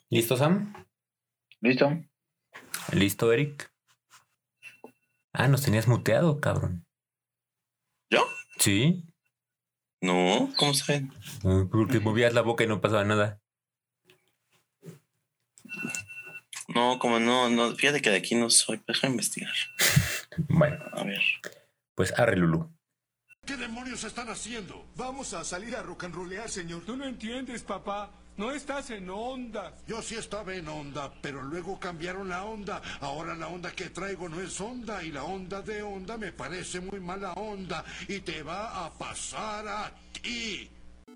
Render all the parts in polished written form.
¿Listo, Sam? ¿Listo? ¿Listo, Eric? Nos tenías muteado, cabrón. ¿Yo? ¿Sí? No, ¿cómo saben? Porque movías la boca y no pasaba nada. No, como no, fíjate que de aquí no soy, déjame investigar. Bueno, A ver. pues arre, Lulú. ¿Qué demonios están haciendo? Vamos a salir a rock and rollear, señor. Tú no entiendes, papá. No estás en onda. Yo sí estaba en onda, pero luego cambiaron la onda. Ahora la onda que traigo no es onda y la onda de onda me parece muy mala onda y te va a pasar a ti.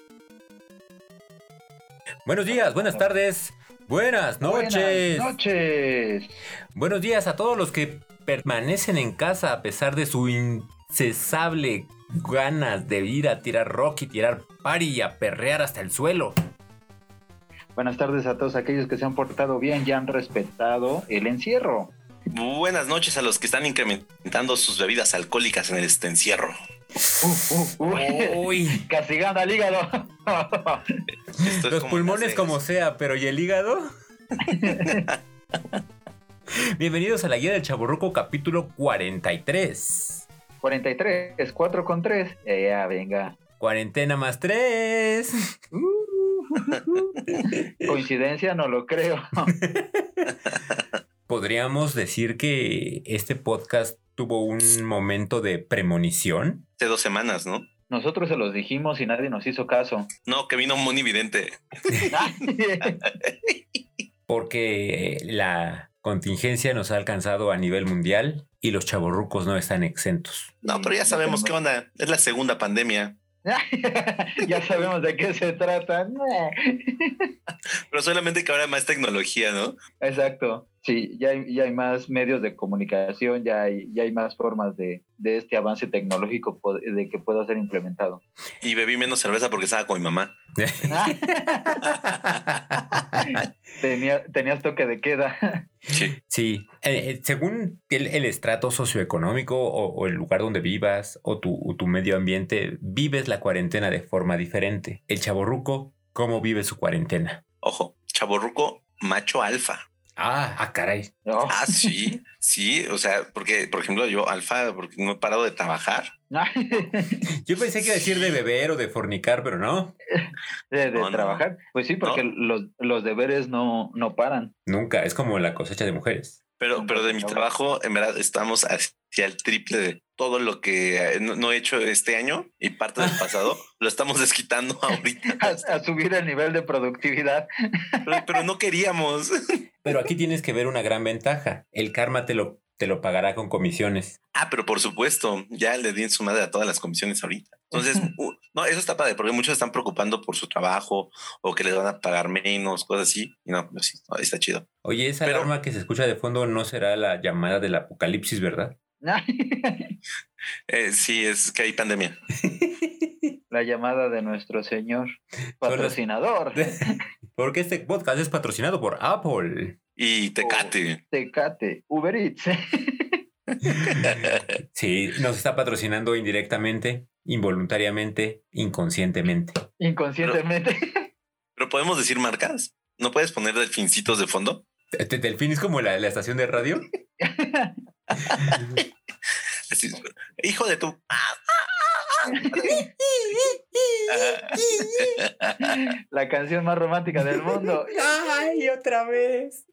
Buenos días, buenas tardes, buenas noches. Buenas noches. Buenos días a todos los que permanecen en casa a pesar de su incesable ganas de ir a tirar rock y tirar party y a perrear hasta el suelo. Buenas tardes a todos aquellos que se han portado bien y han respetado el encierro. Buenas noches a los que están incrementando sus bebidas alcohólicas en este encierro. Uy. Castigando al hígado. Los pulmones como sea, pero ¿y el hígado? Bienvenidos a la Guía del Chavorruco, capítulo 43. 43, 4 con 3. Ya, venga. Cuarentena más 3. Coincidencia, no lo creo. ¿Podríamos decir que este podcast tuvo un momento de premonición? Hace 2 semanas, ¿no? Nosotros se los dijimos y nadie nos hizo caso. No, que vino Moni Vidente. Porque la contingencia nos ha alcanzado a nivel mundial y los chavorrucos no están exentos. No, pero ya sabemos qué onda. Es la segunda pandemia. Ya sabemos de qué se trata. Pero solamente que ahora hay más tecnología, ¿no? Exacto. Sí, ya hay más medios de comunicación, ya hay más formas de este avance tecnológico de que pueda ser implementado. Y bebí menos cerveza porque estaba con mi mamá. Tenías toque de queda. Sí. Según el estrato socioeconómico o el lugar donde vivas o tu medio ambiente, vives la cuarentena de forma diferente. El chavorruco, ¿cómo vive su cuarentena? Ojo, chavorruco macho alfa. Caray. No. Sí, o sea, porque, por ejemplo, yo alfa, porque no he parado de trabajar. Yo pensé que iba a decir de beber o de fornicar, pero no. De No. trabajar. Pues sí, porque los deberes no paran. Nunca, es como la cosecha de mujeres. Pero de mi trabajo, en verdad, estamos hacia el triple de todo lo que no he hecho este año y parte del pasado. Lo estamos desquitando ahorita. A subir el nivel de productividad. Pero no queríamos. Pero aquí tienes que ver una gran ventaja. El karma te lo pagará con comisiones. Pero por supuesto, ya le di en su madre a todas las comisiones ahorita. Entonces, no, eso está padre, porque muchos están preocupando por su trabajo o que les van a pagar menos, cosas así. Y no, pues sí, está chido. Oye, esa alarma que se escucha de fondo no será la llamada del apocalipsis, ¿verdad? Sí, es que hay pandemia. La llamada de nuestro señor patrocinador. Porque este podcast es patrocinado por Apple. Y Tecate. Tecate, Uber Eats. Sí, nos está patrocinando indirectamente, involuntariamente, inconscientemente. Inconscientemente. Pero podemos decir marcas. ¿No puedes poner delfincitos de fondo? ¿Delfín es como la estación de radio? Así, hijo de tu... La canción más romántica del mundo. ¡Ay, otra vez!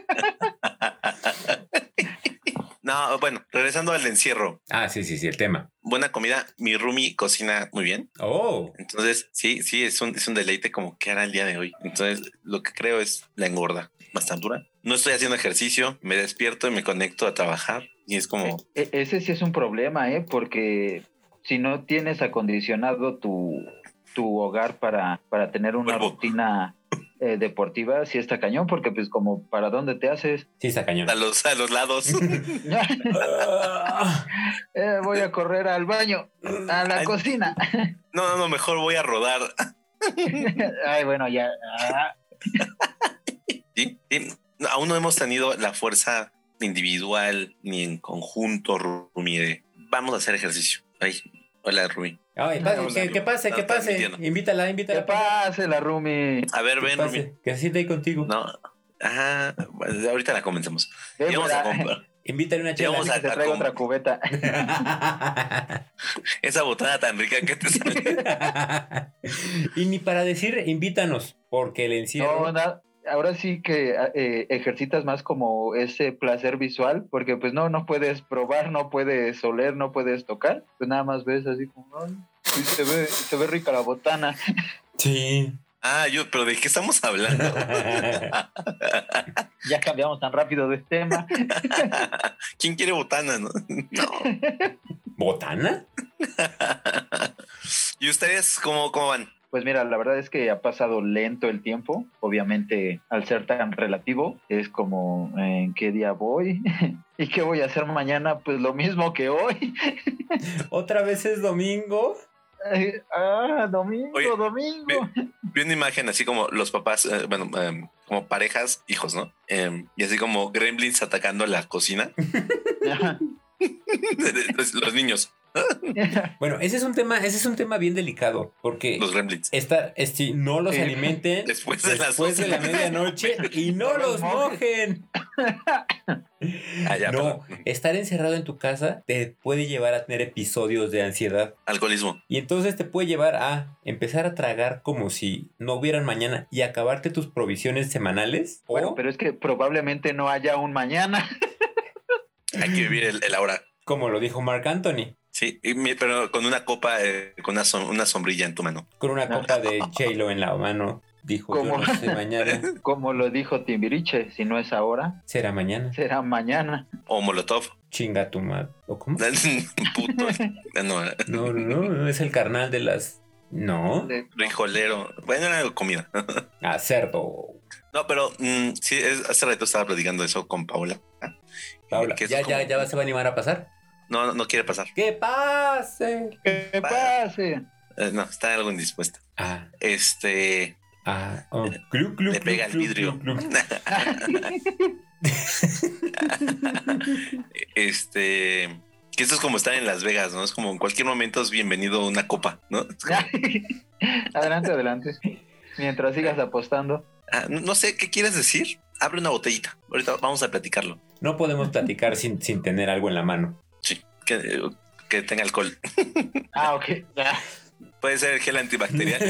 No, bueno, regresando al encierro. Sí, el tema. Buena comida. Mi roomie cocina muy bien. Oh. Entonces, sí, es un deleite como que hará el día de hoy. Entonces, lo que creo es la engorda bastante dura. No estoy haciendo ejercicio, me despierto y me conecto a trabajar. Y es como... Ese sí es un problema, porque si no tienes acondicionado tu hogar para tener una rutina deportiva, sí está cañón, porque pues como ¿para dónde te haces? Sí está cañón. A los lados. Voy a correr al baño, a la cocina. No, mejor voy a rodar. Ay, bueno, ya. Sí. Aún no hemos tenido la fuerza individual ni en conjunto, Rumi, de vamos a hacer ejercicio. Ay, hola, Rumi. Ay, que pase, que pase. Invítala. Que pase la Rumi. A ver, ven, Rumi. Que se siente ahí contigo. No. Ajá, pues ahorita la comencemos. Vamos a comprar. Invítale una chela. Vamos a te traigo otra cubeta. Esa botada tan rica que te sale. Y ni para decir, invítanos, porque el encierro... No, ahora sí que ejercitas más como ese placer visual, porque pues no puedes probar, no puedes oler, no puedes tocar, pues nada más ves así como, ay, sí, se ve rica la botana. Sí. Pero ¿de qué estamos hablando? Ya cambiamos tan rápido de tema. ¿Quién quiere botana, no? ¿Botana? ¿Y ustedes cómo van? Pues mira, la verdad es que ha pasado lento el tiempo. Obviamente, al ser tan relativo, es como ¿en qué día voy? ¿Y qué voy a hacer mañana? Pues lo mismo que hoy. ¿Otra vez es domingo? Domingo, Oye, domingo. Vi una imagen así como los papás, como parejas, hijos, ¿no? Y así como gremlins atacando la cocina. Los niños. Bueno, ese es un tema bien delicado, porque los gremlins no los alimenten después de la medianoche y no los mojen. Estar encerrado en tu casa te puede llevar a tener episodios de ansiedad, alcoholismo, y entonces te puede llevar a empezar a tragar como si no hubieran mañana y acabarte tus provisiones semanales. Bueno, pero es que probablemente no haya un mañana. Hay que vivir el ahora, como lo dijo Marc Anthony. Sí, pero con una copa, con una sombrilla en tu mano. Con una copa de J-Lo en la mano. Dijo, yo no sé mañana. Como lo dijo Timbiriche, si no es ahora, será mañana. Será mañana. O Molotov. Chinga tu madre. ¿O cómo? Puto. No, es el carnal de las... No. Frijolero. Bueno, era comida. Cerdo. No, pero sí, hace rato estaba platicando eso con Paula. Paula, ¿ya se va a animar a pasar? No quiere pasar. ¡Que pase! ¡Que pase! No, está algo indispuesta. Le pega el vidrio. Que esto es como estar en Las Vegas, ¿no? Es como en cualquier momento es bienvenido una copa, ¿no? Adelante. Mientras sigas apostando. No sé, ¿qué quieres decir? Abre una botellita. Ahorita vamos a platicarlo. No podemos platicar sin tener algo en la mano. Sí, que tenga alcohol. Ok. Puede ser el gel antibacterial.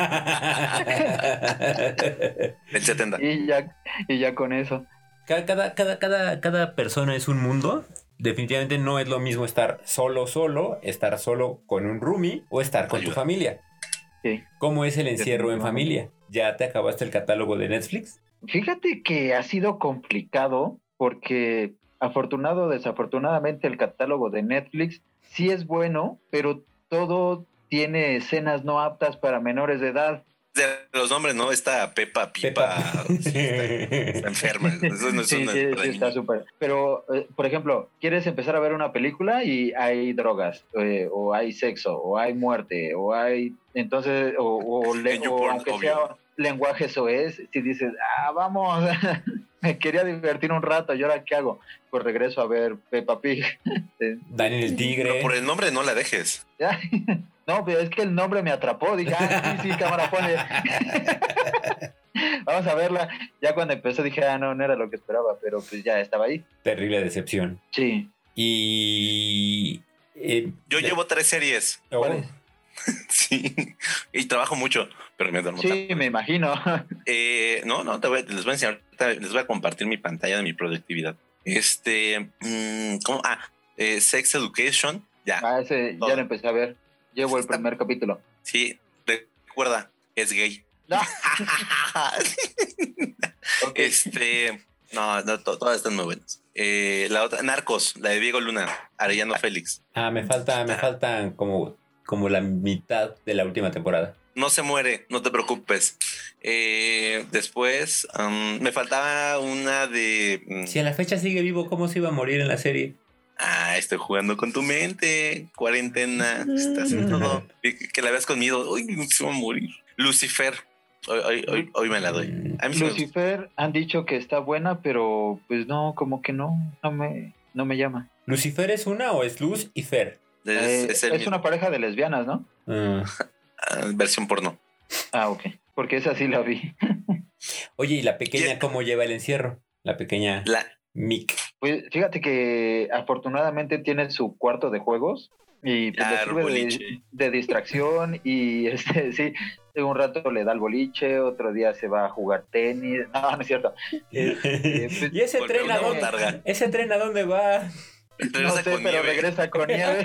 El 70. Y ya con eso. Cada persona es un mundo. Definitivamente no es lo mismo estar solo, estar solo con un roomie o estar con tu familia. Sí. ¿Cómo es el encierro en familia? ¿Ya te acabaste el catálogo de Netflix? Fíjate que ha sido complicado porque afortunado o desafortunadamente el catálogo de Netflix sí es bueno, pero todo tiene escenas no aptas para menores de edad. De los nombres, ¿no? Está Pipa. Está enferma. Eso no es sí, está súper. Pero, por ejemplo, quieres empezar a ver una película y hay drogas, o hay sexo, o hay muerte, o hay... Entonces, o aunque sea lenguaje soez, si dices, vamos, me quería divertir un rato, ¿y ahora qué hago? Pues regreso a ver Peppa Pig. Daniel el Tigre. Pero por el nombre no la dejes. No, pero es que el nombre me atrapó. Dije, sí, cámara, ponle. Vamos a verla. Ya cuando empezó dije, no era lo que esperaba, pero pues ya estaba ahí. Terrible decepción. Sí. Y... yo llevo 3 series. ¿Cuáles? Sí. Y trabajo mucho, pero me duermo. Sí, me imagino. No, les voy a enseñar, les voy a compartir mi pantalla de mi productividad. ¿Cómo? Sex Education. Ya. Ese ya lo empecé a ver. Llevo el primer capítulo. Sí, recuerda, es gay. Okay. Todas están muy buenas. La otra, Narcos, la de Diego Luna, Arellano Félix. Me faltan como la mitad de la última temporada. No se muere, no te preocupes. Después, me faltaba una de... Si a la fecha sigue vivo, ¿cómo se iba a morir en la serie? Estoy jugando con tu mente. Cuarentena. Estás en todo. Que la veas conmigo. Uy, se va a morir. Lucifer. Hoy me la doy. Lucifer han dicho que está buena, pero pues no, como que no me llama. ¿Lucifer es una o es Luz y Fer? Es una pareja de lesbianas, ¿no? Versión porno. Ah, ok. Porque esa sí la vi. Oye, ¿y la pequeña cómo lleva el encierro? La pequeña Mick. Pues fíjate que afortunadamente tiene su cuarto de juegos y pues Claro, le boliche. sirve de distracción y sí, un rato le da el boliche, otro día se va a jugar tenis. No es cierto. Pues, ¿Y ese Volvió tren a una dónde? botarga. ¿Ese tren a dónde va? no sé, pero regresa con nieve.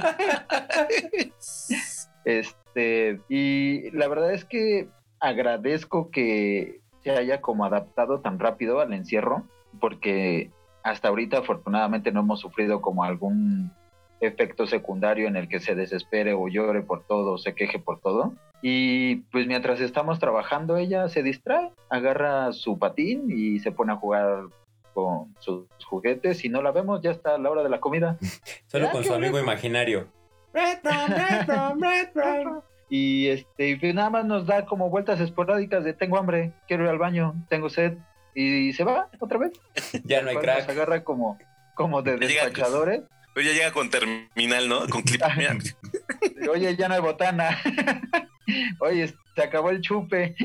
Y la verdad es que agradezco que se haya como adaptado tan rápido al encierro, porque hasta ahorita afortunadamente no hemos sufrido como algún efecto secundario en el que se desespere o llore por todo o se queje por todo. Y pues mientras estamos trabajando ella se distrae, agarra su patín y se pone a jugar con sus juguetes y no la vemos, ya está a la hora de la comida. Solo con su amigo imaginario. Y pues nada más nos da como vueltas esporádicas de tengo hambre, quiero ir al baño, tengo sed, y se va otra vez. Ya no hay crack. Nos agarra como de despachadores. Oye, llega con terminal, ¿no? Con clip. Mira. Oye, ya no hay botana. Oye, se acabó el chupe.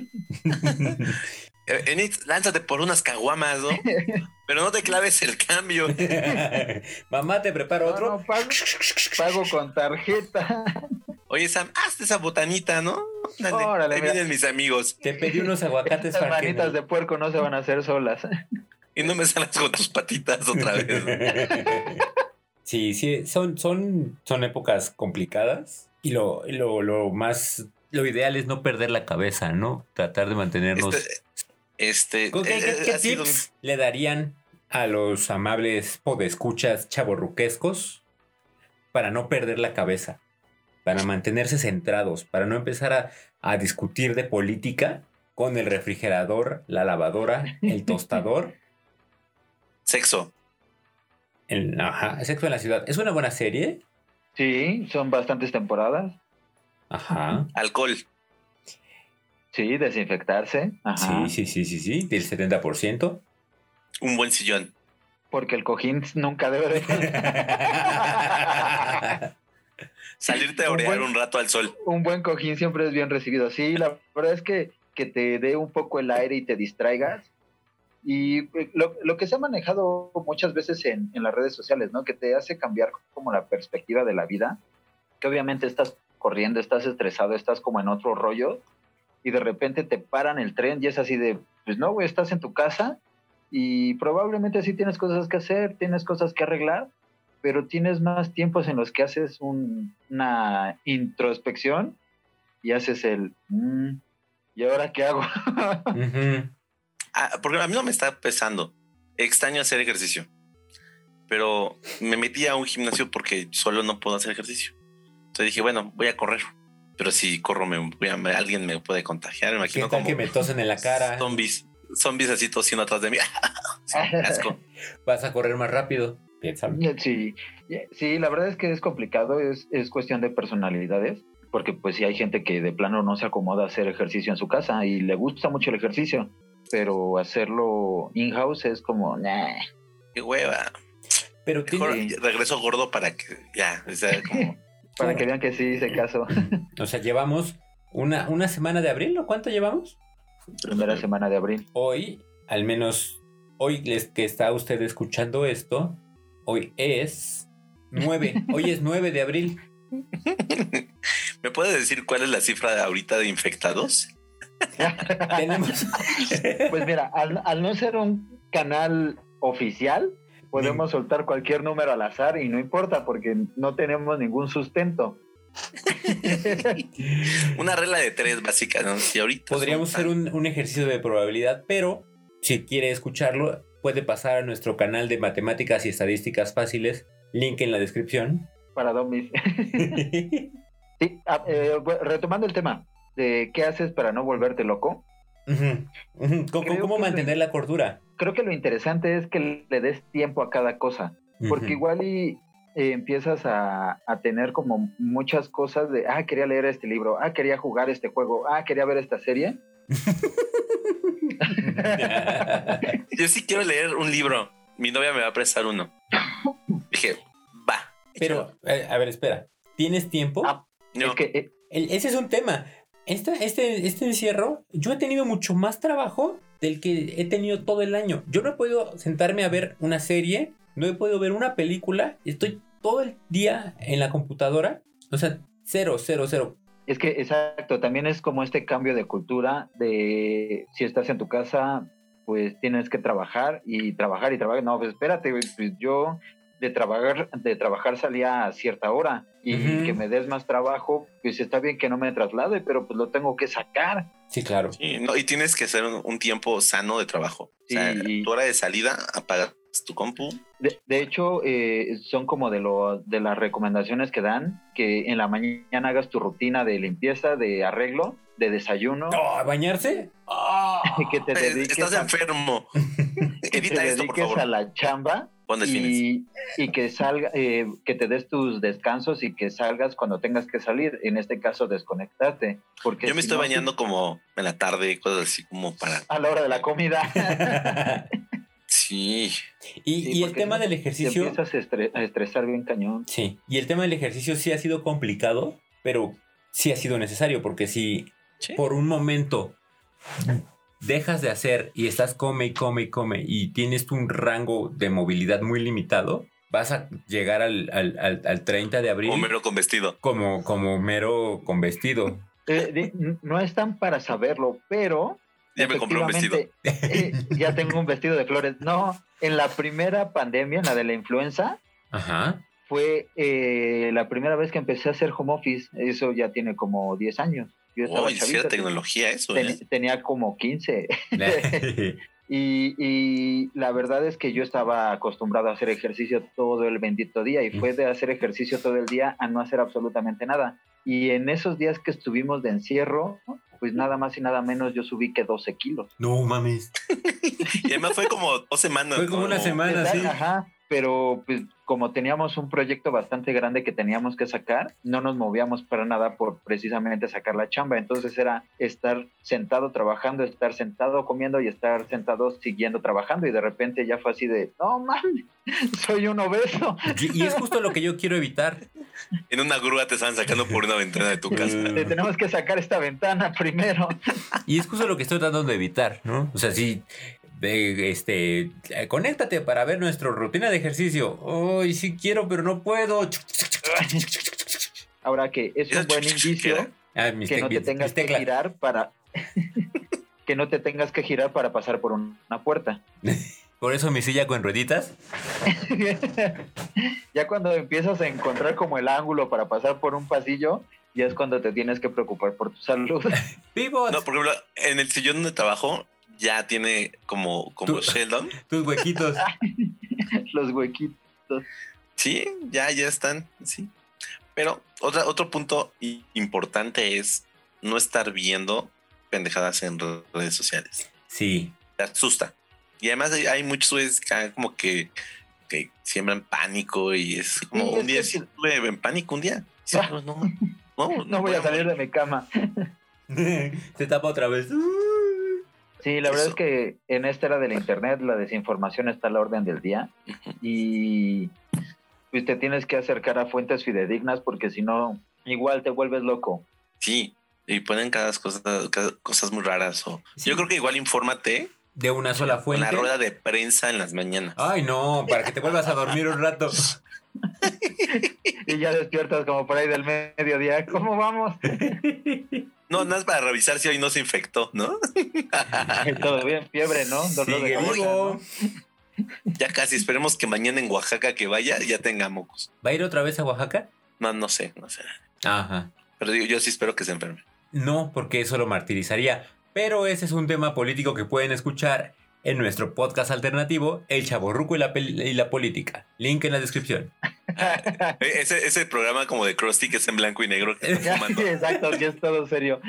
Enix, lánzate por unas caguamas, ¿no? Pero no te claves el cambio. Mamá, ¿te preparo otro? No, pago con tarjeta. Oye, Sam, hazte esa botanita, ¿no? Dale, Órale, ahí mira. vienen mis amigos. Te pedí unos aguacates Estas para que manitas de puerco no se van a hacer solas. Y no me salgas con tus patitas otra vez, ¿no? Sí, son épocas complicadas y lo ideal es no perder la cabeza, ¿no? Tratar de mantenernos. ¿Qué tips le darían a los amables podescuchas chavorruquescos para no perder la cabeza? Para mantenerse centrados, para no empezar a discutir de política con el refrigerador, la lavadora, el tostador. Sexo. Sexo en la ciudad. ¿Es una buena serie? Sí, son bastantes temporadas. Ajá. Alcohol. Sí, desinfectarse. Ajá. Sí, del 70%. Un buen sillón. Porque el cojín nunca debe de... Salirte a orear un rato al sol. Un buen cojín siempre es bien recibido. Sí, la verdad es que te dé un poco el aire y te distraigas. Y lo que se ha manejado muchas veces en las redes sociales, ¿no? Que te hace cambiar como la perspectiva de la vida. Que obviamente estás corriendo, estás estresado, estás como en otro rollo. Y de repente te paran el tren y es así de, pues no, güey, estás en tu casa y probablemente sí tienes cosas que hacer, tienes cosas que arreglar, pero tienes más tiempos en los que haces una introspección y haces ¿y ahora qué hago? Uh-huh. Porque a mí no me está pesando. Extraño hacer ejercicio, pero me metí a un gimnasio porque solo no puedo hacer ejercicio. Entonces dije, bueno, voy a correr. Pero si corro, alguien me puede contagiar. Me imagino ¿qué tal como que me tosen en la cara? Zombies así tosiendo atrás de mí. Sí, asco. Vas a correr más rápido. Piénsalo. Sí, la verdad es que es complicado, es cuestión de personalidades, porque pues sí hay gente que de plano no se acomoda a hacer ejercicio en su casa y le gusta mucho el ejercicio, pero hacerlo in-house es como, nah. Qué hueva. Pero mejor regreso gordo para que ya, o sea, como... Para que vean que sí hice caso. O sea, llevamos una semana de abril, ¿o cuánto llevamos? Primera semana de abril. Hoy, al menos hoy que está usted escuchando esto, hoy es 9. Hoy es 9 de abril. ¿Me puede decir cuál es la cifra de ahorita de infectados? Tenemos. Pues mira, al no ser un canal oficial, podemos soltar cualquier número al azar y no importa porque no tenemos ningún sustento. Una regla de 3 básica, ¿no? Si ahorita podríamos hacer un ejercicio de probabilidad, pero si quiere escucharlo, puede pasar a nuestro canal de matemáticas y estadísticas fáciles, link en la descripción. Para dummies. Sí, retomando el tema de qué haces para no volverte loco. ¿Cómo mantener la cordura? Creo que lo interesante es que le des tiempo a cada cosa, porque igual empiezas a tener como muchas cosas de, quería leer este libro, quería jugar este juego, quería ver esta serie. Yo sí quiero leer un libro, mi novia me va a prestar uno. Dije, va. Pero, a ver, espera. ¿Tienes tiempo? No. Es que Ese es un tema. Este encierro, yo he tenido mucho más trabajo del que he tenido todo el año. Yo no he podido sentarme a ver una serie, no he podido ver una película. Estoy todo el día en la computadora. O sea, cero. es que, exacto, también es como este cambio de cultura de si estás en tu casa, pues tienes que trabajar y trabajar y trabajar. No, pues espérate, güey, pues yo de trabajar salía a cierta hora y Ujú. que me des más trabajo, pues está bien que no me traslade, pero pues lo tengo que sacar. Sí, claro. Sí, no, y tienes que hacer un tiempo sano de trabajo. O sea, Sí. tu hora de salida, apagas tu compu. De hecho, son como de las recomendaciones que dan, que en la mañana hagas tu rutina de limpieza, de arreglo, de desayuno, Oh, ¿bañarse? que te dediques Estás enfermo. que te Edita esto, por dediques favor. a la chamba Pon delfines. y que salga, que te des tus descansos y que salgas cuando tengas que salir. En este caso, desconectarte. Porque Yo me si estoy no, bañando como en la tarde, cosas así como para... a la hora de la comida. Sí. Y el porque tema si no, del ejercicio. Te empiezas a estresar bien cañón. Sí, y el tema del ejercicio sí ha sido complicado, pero sí ha sido necesario, porque si Sí. por un momento dejas de hacer y estás come y tienes un rango de movilidad muy limitado, vas a llegar al 30 de abril Homero con vestido. como mero con vestido. No están para saberlo, pero Ya me compré un vestido. Ya tengo un vestido de flores. No, en la primera pandemia, en la de la influenza, Ajá. fue la primera vez que empecé a hacer home office. Eso ya tiene como 10 años. Yo estaba Oh, hiciera chavito. tecnología eso, Tenía como 15. Y la verdad es que yo estaba acostumbrado a hacer ejercicio todo el bendito día y fue de hacer ejercicio todo el día a no hacer absolutamente nada. Y en esos días que estuvimos de encierro, pues nada más y nada menos yo subí que 12 kilos. No mames. Y además fue como 2 semanas. Fue como una semana, sí. Ajá, pero pues como teníamos un proyecto bastante grande que teníamos que sacar, no nos movíamos para nada por precisamente sacar la chamba. Entonces era estar sentado trabajando, estar sentado comiendo y estar sentado siguiendo trabajando. Y de repente ya fue así de, no mames, soy un obeso. Y es justo lo que yo quiero evitar. En una grúa te estaban sacando por una ventana de tu casa. Tenemos que sacar esta ventana primero. Y es justo lo que estoy tratando de evitar, ¿no? O sea, sí, conéctate para ver nuestra rutina de ejercicio. Ay, sí quiero, pero no puedo. Ahora que es un buen indicio que no te tengas que girar para que no te tengas que girar para pasar por una puerta. Por eso mi silla con rueditas. Ya cuando empiezas a encontrar como el ángulo para pasar por un pasillo, ya es cuando te tienes que preocupar por tu salud. Pivot. No, por ejemplo, en el sillón donde trabajo ya tiene como Sheldon. Tus huequitos. Los huequitos. Sí, ya están, sí. Pero otro punto importante es no estar viendo pendejadas en redes sociales. Sí. Te asusta. Y además hay muchos güeyes como que siembran pánico y es como Sí, un día sí estuve en pánico un día. Sí, no voy a salir de mi cama. Se tapa otra vez. Sí, la verdad es que en esta era de la internet la desinformación está a la orden del día y pues te tienes que acercar a fuentes fidedignas porque si no, igual te vuelves loco. Sí, y ponen cada cosas muy raras. Sí. Yo creo que igual infórmate de una sola fuente. En la rueda de prensa en las mañanas. Ay, no, para que te vuelvas a dormir un rato. Y ya despiertas como por ahí del mediodía. ¿Cómo vamos? No, nada más para revisar si hoy no se infectó, ¿no? Todo bien, fiebre, ¿no? Dolor de cabeza, ¿no? Ya casi, esperemos que mañana en Oaxaca que vaya ya tenga mocos. ¿Va a ir otra vez a Oaxaca? No sé. Ajá. Pero yo sí espero que se enferme. No, porque eso lo martirizaría. Pero ese es un tema político que pueden escuchar en nuestro podcast alternativo, El Chavorruco y la Política. Link en la descripción. Ese programa como de Krusty que es en blanco y negro. Que está fumando. Exacto, que es todo serio.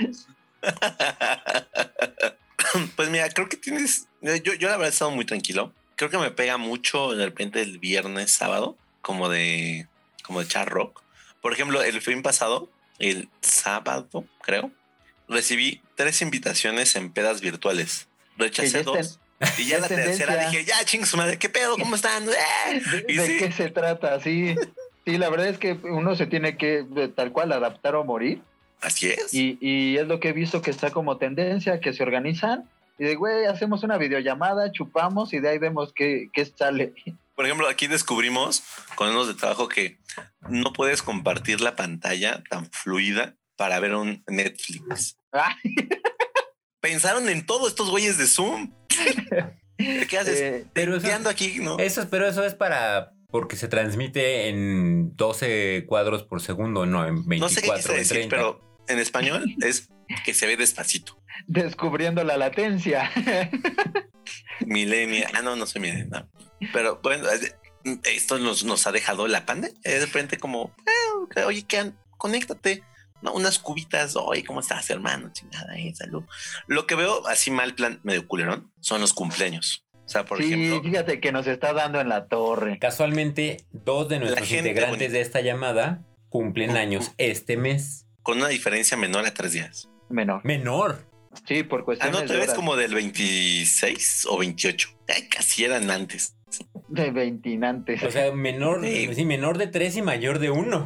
Pues mira, creo que tienes... Yo la verdad he estado muy tranquilo. Creo que me pega mucho de repente el viernes, sábado, como de echar rock. Por ejemplo, el fin pasado, el sábado, creo, recibí 3 invitaciones en pedas virtuales. Rechacé 2. Y ya la tercera dije, ya ching su madre, ¿qué pedo? ¿Cómo están? ¿De qué se trata? Sí. Sí, la verdad es que uno se tiene que tal cual adaptar o morir. Así es. Y es lo que he visto que está como tendencia, que se organizan y de, güey, hacemos una videollamada, chupamos y de ahí vemos qué sale. Por ejemplo, aquí descubrimos con unos de trabajo que no puedes compartir la pantalla tan fluida para ver un Netflix. Pensaron en todo estos güeyes de Zoom. ¿Qué haces? Pero ¿Qué ando aquí? ¿No? Pero eso es porque se transmite en 12 cuadros por segundo, no en 24 No sé qué quise en decir, 30. pero en español es que se ve despacito. Descubriendo la latencia. Millennial. No soy millennial. Pero bueno, esto nos ha dejado la pandemia. De repente como, oye, conéctate. No, unas cubitas. Oye, ¿cómo estás, hermano? Chingada, salud. Lo que veo así mal plan medio culerón son los cumpleaños. O sea, por ejemplo. Fíjate que nos está dando en la torre. Casualmente, 2 de nuestros integrantes de esta llamada cumplen años este mes. Con una diferencia menor a 3 días. Menor. Sí, por cuestiones no, te ves como del 26 o 28. Ay, casi eran antes. De veintinantes. O sea, menor de 3 y mayor de 1.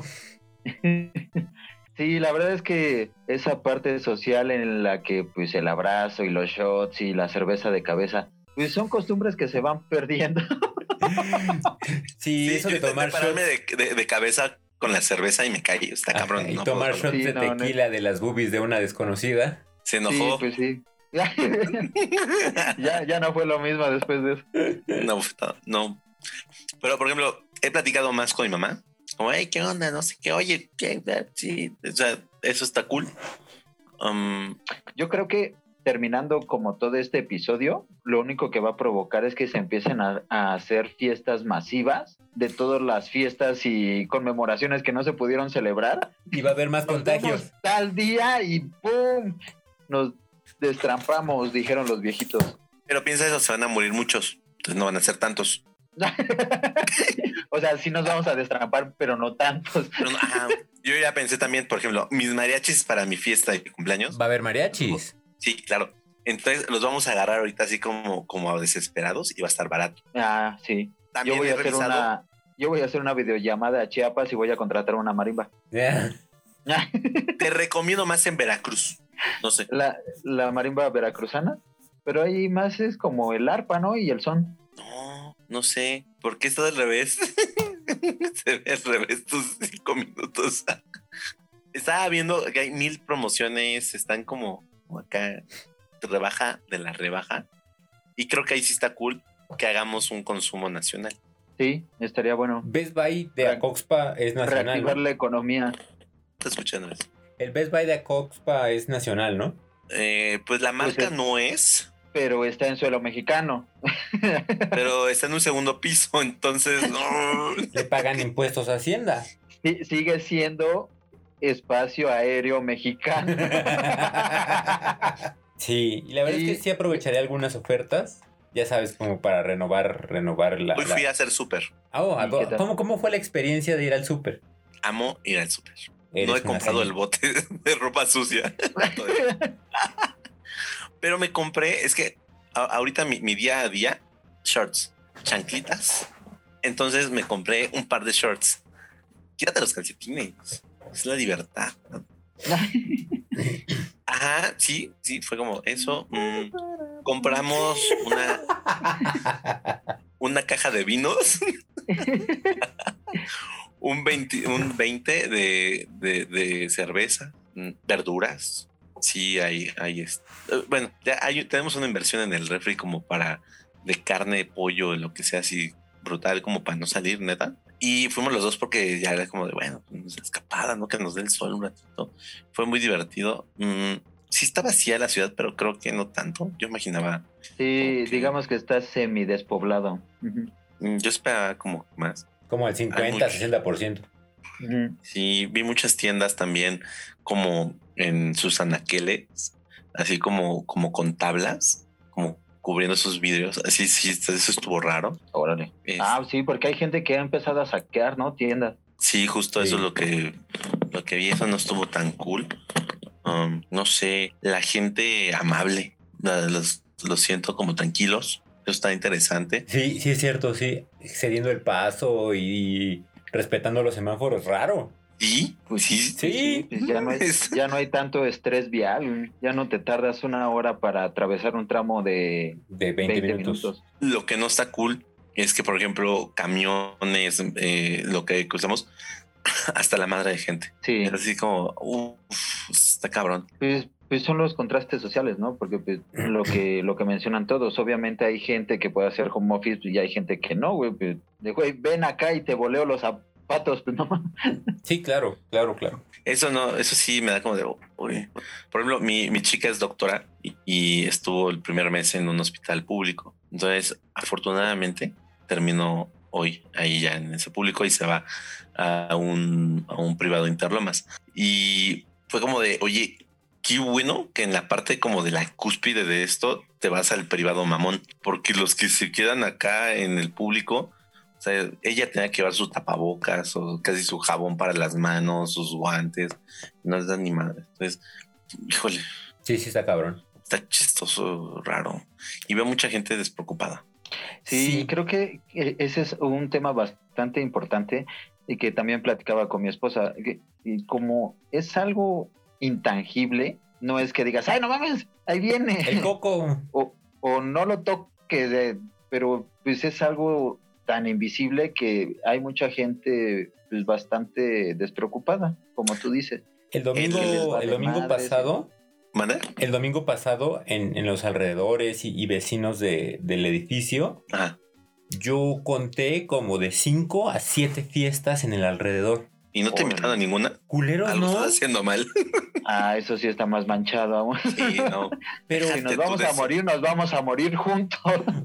Sí, la verdad es que esa parte social en la que pues el abrazo y los shots y la cerveza de cabeza, pues son costumbres que se van perdiendo. Sí, eso de tomar shots de cabeza con la cerveza y me caí, está cabrón. Y tomar shots de tequila de las boobies de una desconocida. Se enojó. Sí, pues sí. ya no fue lo mismo después de eso. No. Pero, por ejemplo, he platicado más con mi mamá. Como, hey, ¿qué onda? No sé qué. Oye, ¿qué? Sí, o sea, eso está cool. Yo creo que terminando como todo este episodio, lo único que va a provocar es que se empiecen a hacer fiestas masivas de todas las fiestas y conmemoraciones que no se pudieron celebrar. Y va a haber más contagios. Tal día y ¡pum! Nos destrampamos, dijeron los viejitos. Pero piensa eso, se van a morir muchos. Entonces no van a ser tantos. O sea, sí nos vamos a destrampar, pero no tantos. Pero no, yo ya pensé también, por ejemplo, mis mariachis para mi fiesta de cumpleaños. ¿Va a haber mariachis? Sí, claro. Entonces los vamos a agarrar ahorita así como desesperados y va a estar barato. Sí. También yo voy a hacer una videollamada a Chiapas y voy a contratar una marimba. Te recomiendo más en Veracruz. No sé. La marimba veracruzana, pero ahí más es como el arpa, ¿no? Y el son. No sé. ¿Por qué está al revés? Se ve al revés tus 5 minutos. Estaba viendo que hay 1000 promociones, están como acá, rebaja de la rebaja. Y creo que ahí sí está cool que hagamos un consumo nacional. Sí, estaría bueno. Best Buy de Acoxpa es nacional. Reactivar la economía. Estoy escuchando eso. El Best Buy de Acoxpa es nacional, ¿no? Pues la marca no es. Pero está en suelo mexicano. Pero está en un segundo piso, entonces no. Le pagan impuestos a Hacienda. Sí, sigue siendo espacio aéreo mexicano. Sí, y la verdad es que sí aprovecharé algunas ofertas. Ya sabes, como para renovar la... Hoy fui a hacer súper. ¿Cómo fue la experiencia de ir al súper? Amo ir al súper. No he comprado el bote de ropa sucia. Pero me compré, es que ahorita mi día a día, shorts, chanclitas. Entonces me compré un par de shorts. Quítate los calcetines. Es la libertad. Ajá, sí, fue como eso. Compramos una caja de vinos. un 20 de cerveza, verduras. Sí, ahí está. Bueno, ya tenemos una inversión en el refri como para de carne, pollo, lo que sea así brutal, como para no salir, neta. Y fuimos los dos porque ya era como de, bueno, pues, escapada, ¿no? Que nos dé el sol un ratito. Fue muy divertido. Sí está vacía la ciudad, pero creo que no tanto. Yo imaginaba. Sí, digamos que está semidespoblado. Yo esperaba como más. Como al 50, 60%. Sí, vi muchas tiendas también como en sus anaqueles, así como con tablas, como cubriendo sus vidrios. Así, sí, eso estuvo raro. Órale. Sí, porque hay gente que ha empezado a saquear, ¿no? Tiendas. Sí, justo eso es lo que vi. Eso no estuvo tan cool. No sé, la gente amable, los siento como tranquilos. Eso está interesante. Sí, es cierto, sí. Cediendo el paso y respetando los semáforos, raro. ¿Y? Pues Sí. pues ya no hay tanto estrés vial, güey. Ya no te tardas 1 hora para atravesar un tramo de 20 minutos. Lo que no está cool es que, por ejemplo, camiones, lo que usamos, hasta la madre de gente. Sí. Es así como, está cabrón. Pues son los contrastes sociales, ¿no? Porque pues, lo que mencionan todos, obviamente hay gente que puede hacer home office y hay gente que no, güey. Pues, güey, ven acá y te voleo los zapatos, pues no. Sí, claro. Eso no, eso sí me da como de, uy. Por ejemplo, mi chica es doctora y estuvo el primer mes en un hospital público. Entonces, afortunadamente, terminó hoy ahí ya en ese público y se va a un privado Interlomas. Y fue como de, oye, qué bueno que en la parte como de la cúspide de esto te vas al privado mamón, porque los que se quedan acá en el público, o sea, ella tenía que llevar sus tapabocas o casi su jabón para las manos, sus guantes, no les dan ni madre. Entonces, híjole. Sí, está cabrón. Está chistoso, raro. Y veo mucha gente despreocupada. Sí, creo que ese es un tema bastante importante y que también platicaba con mi esposa. Y como es algo intangible, no es que digas, ¡ay, no mames! Ahí viene. El coco. o no lo toques, pero pues es algo tan invisible que hay mucha gente pues bastante despreocupada, como tú dices. El domingo pasado... ¿Manda? El domingo pasado, en los alrededores y vecinos del edificio, ajá, yo conté como de 5 a 7 fiestas en el alrededor. ¿Y no te invitaron a ninguna? Culeros, algo ¿no? estás haciendo mal. Eso sí está más manchado aún. Sí, no. Pero si nos vamos a morir juntos.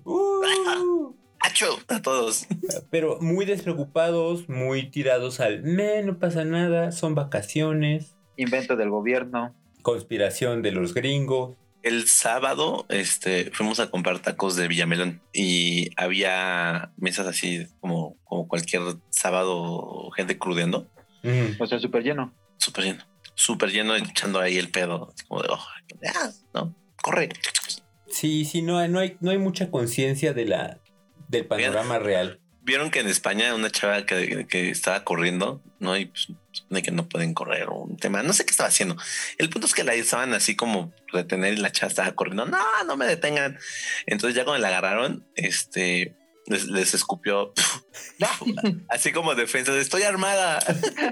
¡Acho! A todos. Pero muy despreocupados, muy tirados al no pasa nada, son vacaciones. Invento del gobierno. Conspiración de los gringos. El sábado fuimos a comprar tacos de Villamelón y había mesas así como cualquier sábado, gente crudeando. O sea, súper lleno. Súper lleno, echando ahí el pedo. Como de, no, corre. Sí, no hay mucha conciencia del panorama real. Vieron que en España una chava que estaba corriendo, ¿no? Y pues supone que no pueden correr o un tema. No sé qué estaba haciendo. El punto es que la estaban así como retener y la chava estaba corriendo. No me detengan. Entonces ya cuando la agarraron, les escupió así como defensa de estoy armada.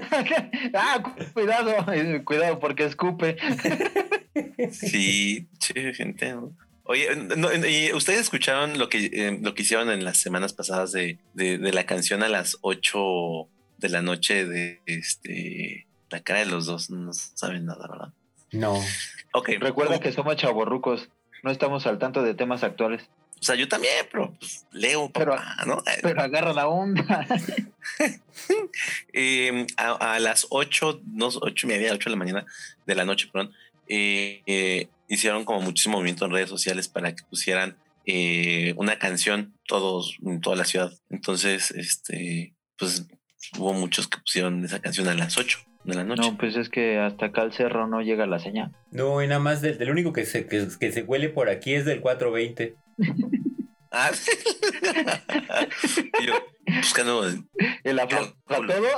Cuidado porque escupe. Sí, gente, ¿no? Oye, ¿y ustedes escucharon lo que hicieron en las semanas pasadas de la canción a las 8 de la noche de la cara de los dos? No saben nada, ¿verdad? No. Ok. Recuerda que somos chavorrucos, no estamos al tanto de temas actuales. O sea, yo también, pero pues, leo, papá, ¿no? Pero agarra la onda. A las 8 y media, 8 de la mañana de la noche, perdón, hicieron como muchísimo movimiento en redes sociales para que pusieran una canción en toda la ciudad. Entonces, pues hubo muchos que pusieron esa canción a las 8 de la noche. No, pues es que hasta acá al cerro no llega la señal. No, y nada más del único que se huele por aquí es del 420. Ah, yo buscando el afloja todo.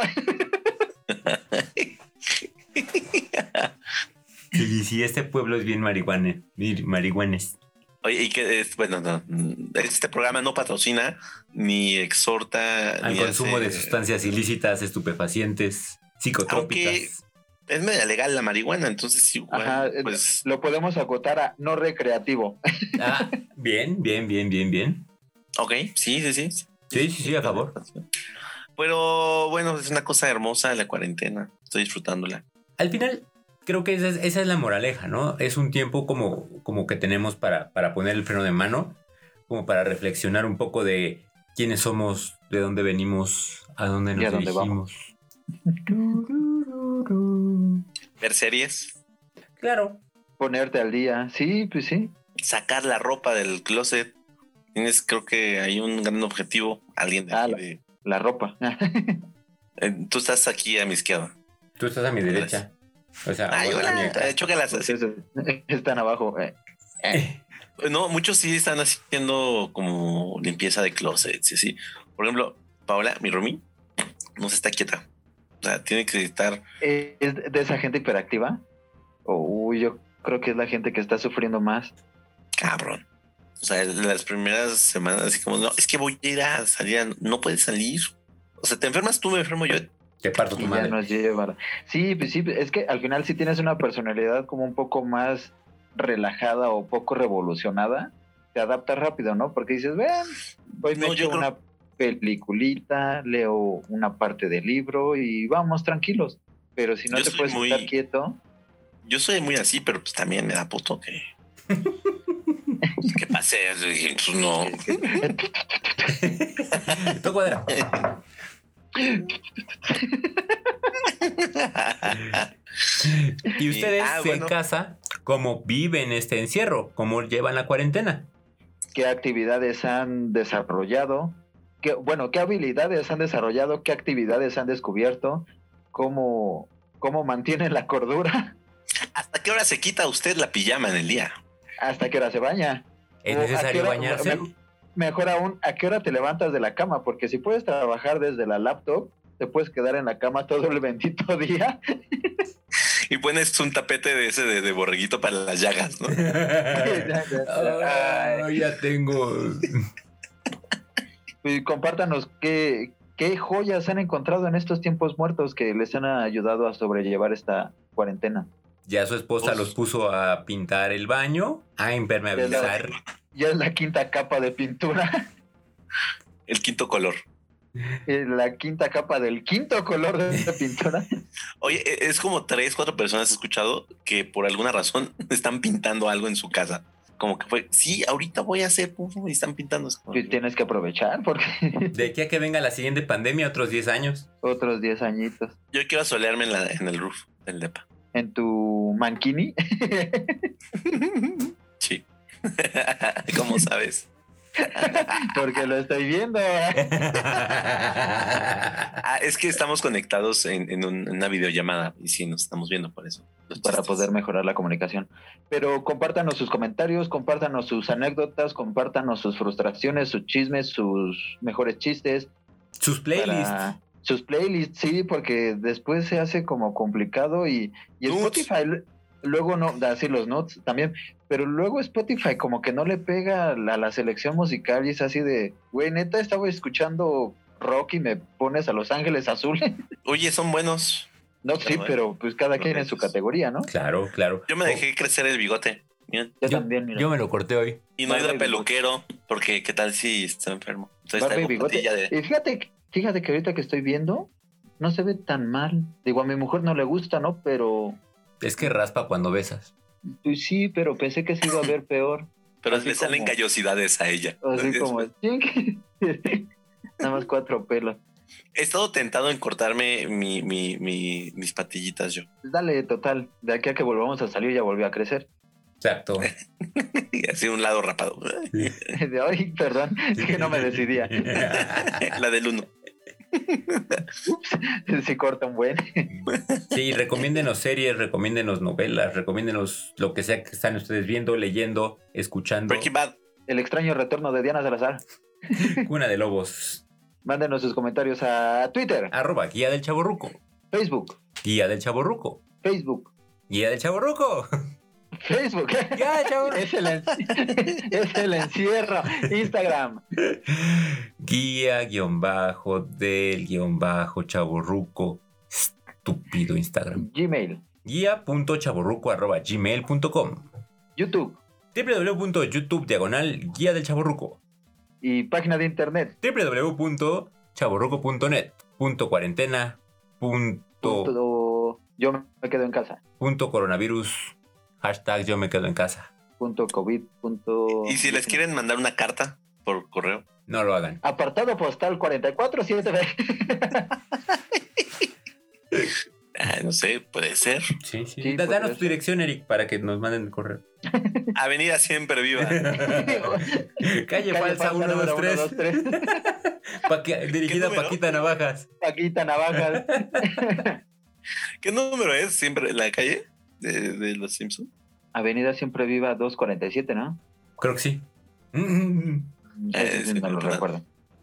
Sí, este pueblo es bien marihuanes. Oye, y que bueno, no, este programa no patrocina ni exhorta al ni consumo de sustancias ilícitas, estupefacientes, psicotrópicas. Aunque es media legal la marihuana, entonces igual. Ajá, pues lo podemos acotar a no recreativo. Bien. Ok, sí. Sí, a favor. Pero bueno, es una cosa hermosa la cuarentena. Estoy disfrutándola. Al final, creo que esa es la moraleja, ¿no? Es un tiempo como que tenemos para poner el freno de mano, como para reflexionar un poco de quiénes somos, de dónde venimos, a dónde nos dirigimos. Ver series. Claro. Ponerte al día. Sí, pues sí. Sacar la ropa del closet. Creo que hay un gran objetivo. Alguien de aquí la ropa. Tú estás aquí a mi izquierda. Tú estás a mi derecha. O sea, chócalas así. Están abajo. No, muchos sí están haciendo como limpieza de closets. Sí. Por ejemplo, Paola, mi roomie, no se está quieta. O sea, tiene que estar... ¿Es de esa gente hiperactiva? Yo creo que es la gente que está sufriendo más. Cabrón. O sea, en las primeras semanas, así como, no, es que voy a ir a salir, no puedes salir. O sea, te enfermas tú, me enfermo yo. Te parto tu Y ya madre. nos lleva. Sí, pues sí, es que al final sí tienes una personalidad como un poco más relajada o poco revolucionada, te adaptas rápido, ¿no? Porque dices, ven, hoy me echo una peliculita, leo una parte del libro y vamos tranquilos. Pero si no Yo te puedes estar quieto. Yo soy muy así, pero pues también me da puto que... ¿Qué pase? Pues no. Tu cuadra. ¿Y ustedes en casa cómo viven este encierro? ¿Cómo llevan la cuarentena? ¿Qué actividades han desarrollado? ¿Qué habilidades han desarrollado? ¿Qué actividades han descubierto? ¿Cómo mantienen la cordura? ¿Hasta qué hora se quita usted la pijama en el día? ¿Hasta qué hora se baña? ¿Es necesario bañarse? Mejor aún, ¿a qué hora te levantas de la cama? Porque si puedes trabajar desde la laptop, te puedes quedar en la cama todo el bendito día. Y pones un tapete de ese de borreguito para las llagas, ¿no? Ya tengo. Y compártanos qué joyas han encontrado en estos tiempos muertos que les han ayudado a sobrellevar esta cuarentena. Ya su esposa los puso a pintar el baño, a impermeabilizar. Ya es la quinta capa de pintura. El quinto color. La quinta capa del quinto color de esta pintura. Oye, es como 3-4 personas he escuchado que por alguna razón están pintando algo en su casa. Como que fue, sí, ahorita voy a hacer, y están pintando. Y tienes que aprovechar porque... De aquí a que venga la siguiente pandemia, otros 10 años. Otros 10 añitos. Yo quiero solearme en el roof del depa. ¿En tu mankini? Sí. ¿Cómo sabes? Porque lo estoy viendo. Es que estamos conectados en una videollamada y sí, nos estamos viendo por eso. Para poder mejorar la comunicación. Pero compártanos sus comentarios, compártanos sus anécdotas, compártanos sus frustraciones, sus chismes, sus mejores chistes. Sus playlists. Sus playlists, sí, porque después se hace como complicado y Spotify luego no, así los notes también, pero luego Spotify como que no le pega a la selección musical y es así de, güey, neta, estaba escuchando rock y me pones a Los Ángeles Azules. Oye, son buenos. No, sí, pero pues cada quien en su categoría, ¿no? Claro. Yo me dejé crecer el bigote. Yo también, mira. Yo me lo corté hoy. Y no he ido a peluquero, porque qué tal si está enfermo. Entonces bigote. Y fíjate que ahorita que estoy viendo, no se ve tan mal. Digo, a mi mujer no le gusta, ¿no? Pero... Es que raspa cuando besas. Pues sí, pero pensé que se iba a ver peor. Pero le salen callosidades a ella. Así como... Nada más 4 pelos. He estado tentado en cortarme mis patillitas yo. Dale, total. De aquí a que volvamos a salir ya volvió a crecer. Exacto. Y así un lado rapado. Ay, perdón, es que no me decidía. La del 1. Ups, sí corta un buen. Sí, recomiéndenos series, recomiéndenos novelas, recomiéndenos lo que sea que están ustedes viendo, leyendo, escuchando. Breaking Bad. El extraño retorno de Diana Salazar. Cuna de Lobos. Mándenos sus comentarios a Twitter. @ Guía del Chavorruco. Facebook. Guía del Chavorruco. Facebook. Guía del Chavorruco. Facebook. Guía del Chavorruco. Es el encierro. Instagram. Guía_del_Chavorruco. Estúpido Instagram. Gmail. Guía.chavorruco@gmail.com. YouTube. www.youtube/Guía del Chavorruco. Y página de internet. www.chavorruco.net. .cuarentena. Yo me quedo en casa. .coronavirus. # yo me quedo en casa. .covid. Y si les quieren mandar una carta por correo. No lo hagan. Apartado postal 447. No sé, puede ser. Sí. Sí, Danos tu dirección, Eric, para que nos manden el correo. Avenida Siempre Viva. Calle Falsa 123. Dirigida a Paquita Navajas. Paquita Navajas. ¿Qué número es siempre la calle de los Simpsons? Avenida Siempre Viva 247, ¿no? Creo que sí. No lo recuerdo.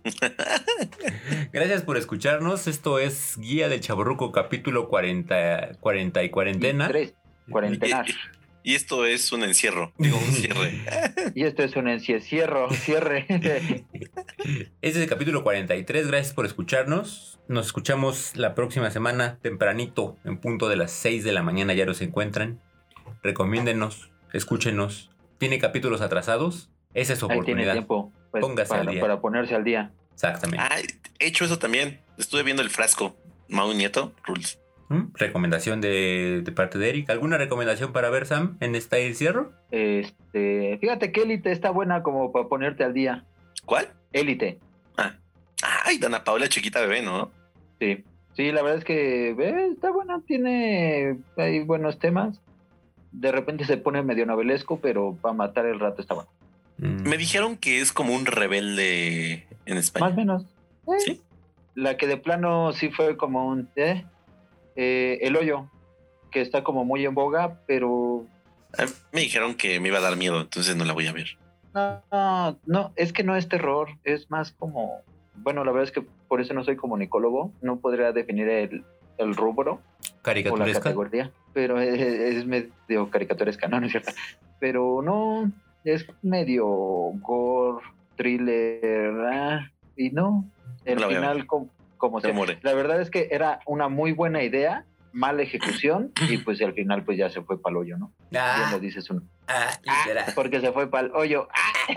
Gracias por escucharnos. Esto es Guía del Chavorruco, capítulo 40 y cuarentena. 3, cuarentena. Y esto es un encierro, digo un cierre. Y esto es un cierre. Este es el capítulo 43. Gracias por escucharnos. Nos escuchamos la próxima semana, tempranito, en punto de las 6 de la mañana. Ya nos encuentran. Recomiéndenos, escúchenos. ¿Tiene capítulos atrasados? Esa es su Ahí oportunidad. tiene tiempo pues, Póngase al día. para ponerse al día. Exactamente. He hecho eso también. Estuve viendo el frasco. Mau Nieto, Rules. Recomendación de parte de Eric. ¿Alguna recomendación para ver, Sam, en este encierro? Fíjate que Élite está buena como para ponerte al día. ¿Cuál? Élite. Ay, Dana Paula chiquita bebé, ¿no? Sí, la verdad es que está buena, hay buenos temas. De repente se pone medio novelesco, pero para matar el rato está bueno. Me dijeron que es como un rebelde en España. Más o menos. ¿Sí? La que de plano sí fue como un... El Hoyo, que está como muy en boga, pero... Me dijeron que me iba a dar miedo, entonces no la voy a ver. No, es que no es terror, es más como... Bueno, la verdad es que por eso no soy comunicólogo, no podría definir el rubro o la ¿Caricaturesca? categoría, pero es medio caricaturesca, no es cierto. Pero no, es medio gore, thriller, y no, el La voy a final como Se sea. muere. La verdad es que era una muy buena idea, mala ejecución, y pues al final pues ya se fue pa'l hoyo, ¿no? Bien lo dices uno. Literal. Porque se fue pa'l hoyo.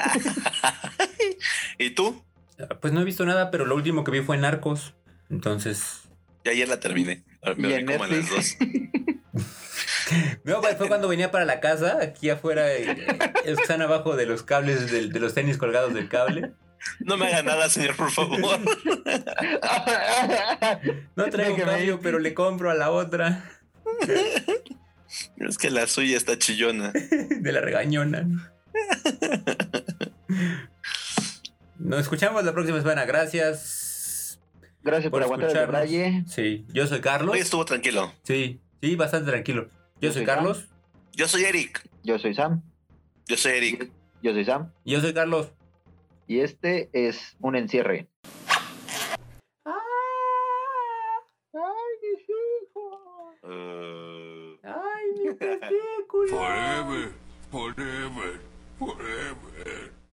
¿Y tú? Pues no he visto nada, pero lo último que vi fue Narcos. Entonces... Ya ayer la terminé. Me Y dormí en como a las 2. No, fue cuando venía para la casa, aquí afuera, ellos que están abajo de los cables, de los tenis colgados del cable. No me haga nada, señor, por favor. No traigo cambio, pero le compro a la otra. Es que la suya está chillona. De la regañona. Nos escuchamos la próxima semana. Gracias. Gracias por aguantar el escucharnos. braille. Sí, yo soy Carlos. Hoy estuvo tranquilo. Sí, bastante tranquilo. Yo soy Carlos. Yo soy Eric. Yo soy Sam. Yo soy Eric. Yo soy Sam. Y yo soy Carlos. Y este es un encierre. ¡Ay, mis hijos! ¡Ay, mi testículo! Forever, forever, forever.